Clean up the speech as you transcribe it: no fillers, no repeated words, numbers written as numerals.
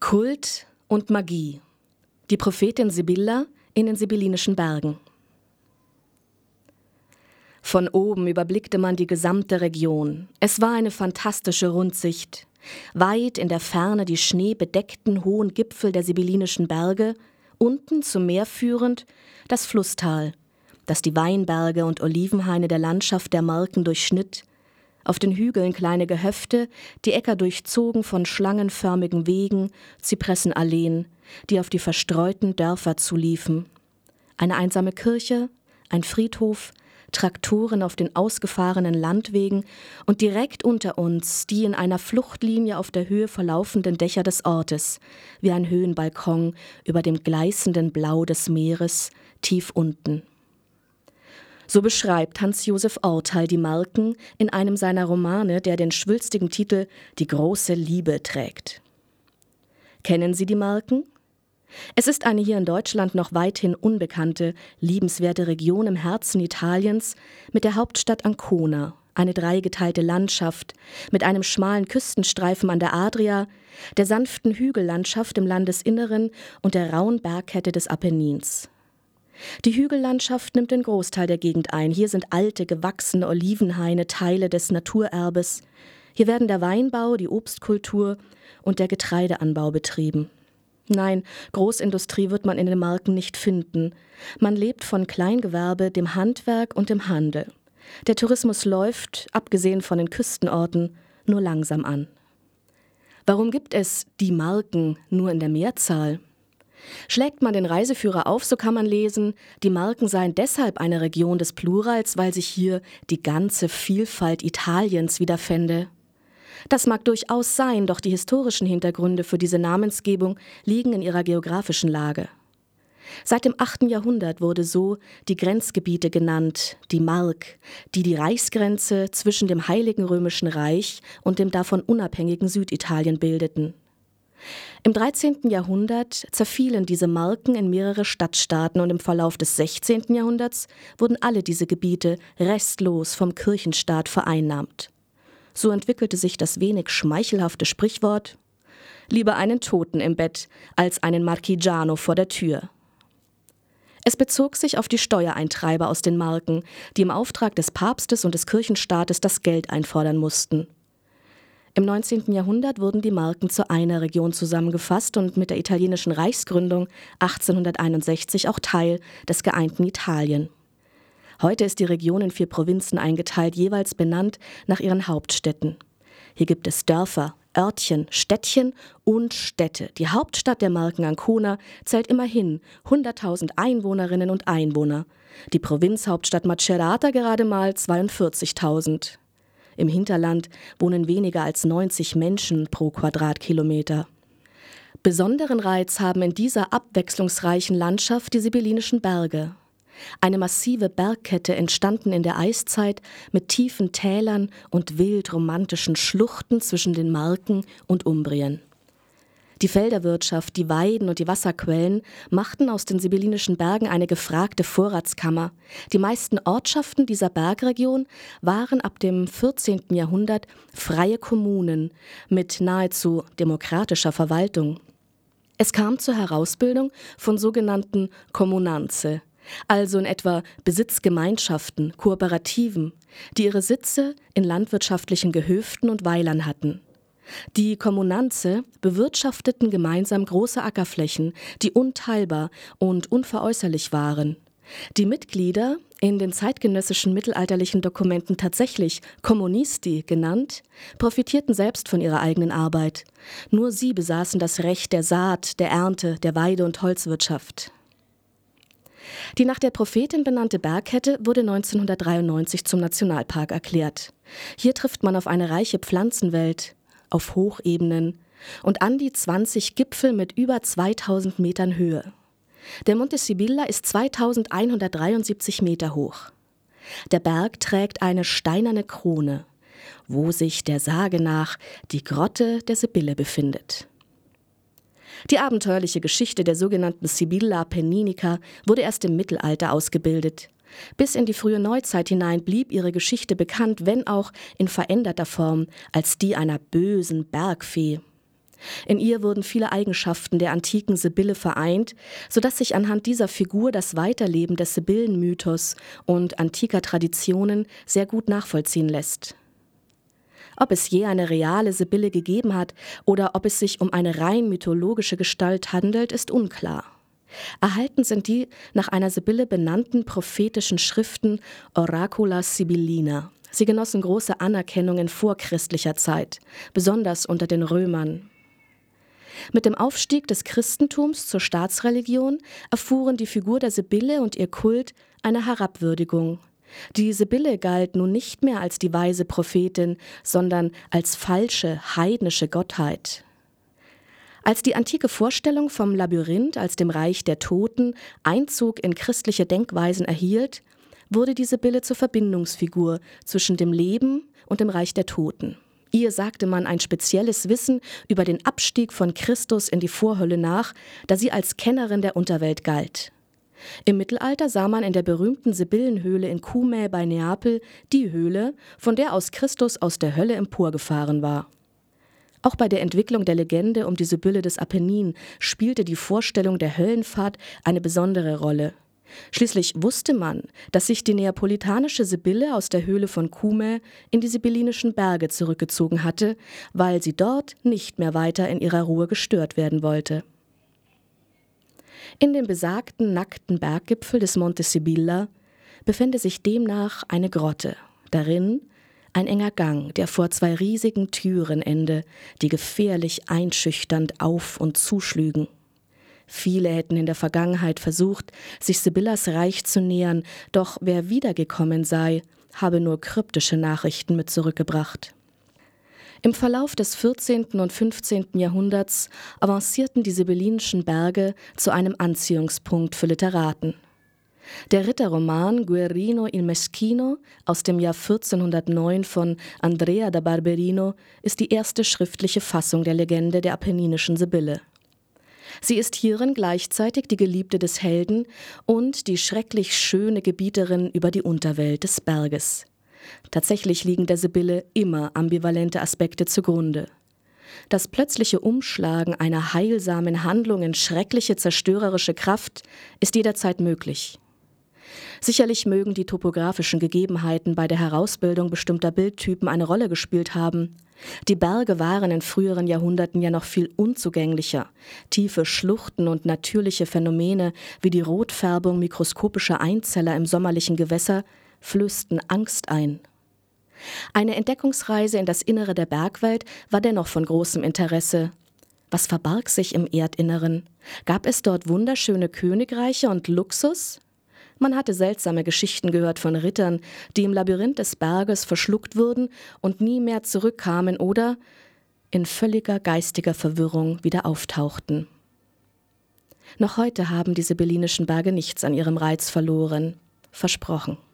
Kult und Magie. Die Prophetin Sibylla in den Sibyllinischen Bergen. Von oben überblickte man die gesamte Region. Es war eine fantastische Rundsicht. Weit in der Ferne die schneebedeckten hohen Gipfel der Sibyllinischen Berge, unten zum Meer führend das Flusstal, das die Weinberge und Olivenhaine der Landschaft der Marken durchschnitt, auf den Hügeln kleine Gehöfte, die Äcker durchzogen von schlangenförmigen Wegen, Zypressenalleen, die auf die verstreuten Dörfer zuliefen. Eine einsame Kirche, ein Friedhof, Traktoren auf den ausgefahrenen Landwegen und direkt unter uns die in einer Fluchtlinie auf der Höhe verlaufenden Dächer des Ortes, wie ein Höhenbalkon über dem gleißenden Blau des Meeres, tief unten. So beschreibt Hans-Josef Orteil die Marken in einem seiner Romane, der den schwülstigen Titel »Die große Liebe« trägt. Kennen Sie die Marken? Es ist eine hier in Deutschland noch weithin unbekannte, liebenswerte Region im Herzen Italiens mit der Hauptstadt Ancona, eine dreigeteilte Landschaft mit einem schmalen Küstenstreifen an der Adria, der sanften Hügellandschaft im Landesinneren und der rauen Bergkette des Apennins. Die Hügellandschaft nimmt den Großteil der Gegend ein. Hier sind alte, gewachsene Olivenhaine Teile des Naturerbes. Hier werden der Weinbau, die Obstkultur und der Getreideanbau betrieben. Nein, Großindustrie wird man in den Marken nicht finden. Man lebt von Kleingewerbe, dem Handwerk und dem Handel. Der Tourismus läuft, abgesehen von den Küstenorten, nur langsam an. Warum gibt es die Marken nur in der Mehrzahl? Schlägt man den Reiseführer auf, so kann man lesen, die Marken seien deshalb eine Region des Plurals, weil sich hier die ganze Vielfalt Italiens wiederfände. Das mag durchaus sein, doch die historischen Hintergründe für diese Namensgebung liegen in ihrer geografischen Lage. Seit dem 8. Jahrhundert wurde so die Grenzgebiete genannt, die Mark, die Reichsgrenze zwischen dem Heiligen Römischen Reich und dem davon unabhängigen Süditalien bildeten. Im 13. Jahrhundert zerfielen diese Marken in mehrere Stadtstaaten und im Verlauf des 16. Jahrhunderts wurden alle diese Gebiete restlos vom Kirchenstaat vereinnahmt. So entwickelte sich das wenig schmeichelhafte Sprichwort: Lieber einen Toten im Bett als einen Marchigiano vor der Tür. Es bezog sich auf die Steuereintreiber aus den Marken, die im Auftrag des Papstes und des Kirchenstaates das Geld einfordern mussten. Im 19. Jahrhundert wurden die Marken zu einer Region zusammengefasst und mit der italienischen Reichsgründung 1861 auch Teil des geeinten Italien. Heute ist die Region in 4 Provinzen eingeteilt, jeweils benannt nach ihren Hauptstädten. Hier gibt es Dörfer, Örtchen, Städtchen und Städte. Die Hauptstadt der Marken Ancona zählt immerhin 100.000 Einwohnerinnen und Einwohner. Die Provinzhauptstadt Macerata gerade mal 42.000. Im Hinterland wohnen weniger als 90 Menschen pro Quadratkilometer. Besonderen Reiz haben in dieser abwechslungsreichen Landschaft die Sibyllinischen Berge. Eine massive Bergkette, entstanden in der Eiszeit mit tiefen Tälern und wild romantischen Schluchten zwischen den Marken und Umbrien. Die Felderwirtschaft, die Weiden und die Wasserquellen machten aus den Sibyllinischen Bergen eine gefragte Vorratskammer. Die meisten Ortschaften dieser Bergregion waren ab dem 14. Jahrhundert freie Kommunen mit nahezu demokratischer Verwaltung. Es kam zur Herausbildung von sogenannten Comunanze, also in etwa Besitzgemeinschaften, Kooperativen, die ihre Sitze in landwirtschaftlichen Gehöften und Weilern hatten. Die Comunanze bewirtschafteten gemeinsam große Ackerflächen, die unteilbar und unveräußerlich waren. Die Mitglieder, in den zeitgenössischen mittelalterlichen Dokumenten tatsächlich Communisti genannt, profitierten selbst von ihrer eigenen Arbeit. Nur sie besaßen das Recht der Saat, der Ernte, der Weide- und Holzwirtschaft. Die nach der Prophetin benannte Bergkette wurde 1993 zum Nationalpark erklärt. Hier trifft man auf eine reiche Pflanzenwelt, auf Hochebenen und an die 20 Gipfel mit über 2000 Metern Höhe. Der Monte Sibylla ist 2173 Meter hoch. Der Berg trägt eine steinerne Krone, wo sich der Sage nach die Grotte der Sibylle befindet. Die abenteuerliche Geschichte der sogenannten Sibylla Apenninica wurde erst im Mittelalter ausgebildet. Bis in die frühe Neuzeit hinein blieb ihre Geschichte bekannt, wenn auch in veränderter Form als die einer bösen Bergfee. In ihr wurden viele Eigenschaften der antiken Sibylle vereint, sodass sich anhand dieser Figur das Weiterleben des Sibyllenmythos und antiker Traditionen sehr gut nachvollziehen lässt. Ob es je eine reale Sibylle gegeben hat oder ob es sich um eine rein mythologische Gestalt handelt, ist unklar. Erhalten sind die nach einer Sibylle benannten prophetischen Schriften Oracula Sibyllina. Sie genossen große Anerkennung in vorchristlicher Zeit, besonders unter den Römern. Mit dem Aufstieg des Christentums zur Staatsreligion erfuhren die Figur der Sibylle und ihr Kult eine Herabwürdigung. Die Sibylle galt nun nicht mehr als die weise Prophetin, sondern als falsche, heidnische Gottheit. Als die antike Vorstellung vom Labyrinth als dem Reich der Toten Einzug in christliche Denkweisen erhielt, wurde die Sibylle zur Verbindungsfigur zwischen dem Leben und dem Reich der Toten. Ihr sagte man ein spezielles Wissen über den Abstieg von Christus in die Vorhölle nach, da sie als Kennerin der Unterwelt galt. Im Mittelalter sah man in der berühmten Sibyllenhöhle in Cumae bei Neapel die Höhle, von der aus Christus aus der Hölle emporgefahren war. Auch bei der Entwicklung der Legende um die Sibylle des Apennin spielte die Vorstellung der Höllenfahrt eine besondere Rolle. Schließlich wusste man, dass sich die neapolitanische Sibylle aus der Höhle von Cumae in die Sibyllinischen Berge zurückgezogen hatte, weil sie dort nicht mehr weiter in ihrer Ruhe gestört werden wollte. In dem besagten nackten Berggipfel des Monte Sibilla befände sich demnach eine Grotte, darin ein enger Gang, der vor 2 riesigen Türen ende, die gefährlich einschüchternd auf- und zuschlügen. Viele hätten in der Vergangenheit versucht, sich Sibyllas Reich zu nähern, doch wer wiedergekommen sei, habe nur kryptische Nachrichten mit zurückgebracht. Im Verlauf des 14. und 15. Jahrhunderts avancierten die Sibyllinischen Berge zu einem Anziehungspunkt für Literaten. Der Ritterroman Guerrino il Meschino aus dem Jahr 1409 von Andrea da Barberino ist die erste schriftliche Fassung der Legende der apenninischen Sibylle. Sie ist hierin gleichzeitig die Geliebte des Helden und die schrecklich schöne Gebieterin über die Unterwelt des Berges. Tatsächlich liegen der Sibylle immer ambivalente Aspekte zugrunde. Das plötzliche Umschlagen einer heilsamen Handlung in schreckliche zerstörerische Kraft ist jederzeit möglich. Sicherlich mögen die topografischen Gegebenheiten bei der Herausbildung bestimmter Bildtypen eine Rolle gespielt haben. Die Berge waren in früheren Jahrhunderten ja noch viel unzugänglicher. Tiefe Schluchten und natürliche Phänomene wie die Rotfärbung mikroskopischer Einzeller im sommerlichen Gewässer flößten Angst ein. Eine Entdeckungsreise in das Innere der Bergwelt war dennoch von großem Interesse. Was verbarg sich im Erdinneren? Gab es dort wunderschöne Königreiche und Luxus? Man hatte seltsame Geschichten gehört von Rittern, die im Labyrinth des Berges verschluckt wurden und nie mehr zurückkamen oder in völliger geistiger Verwirrung wieder auftauchten. Noch heute haben die Sibyllinischen Berge nichts an ihrem Reiz verloren. Versprochen.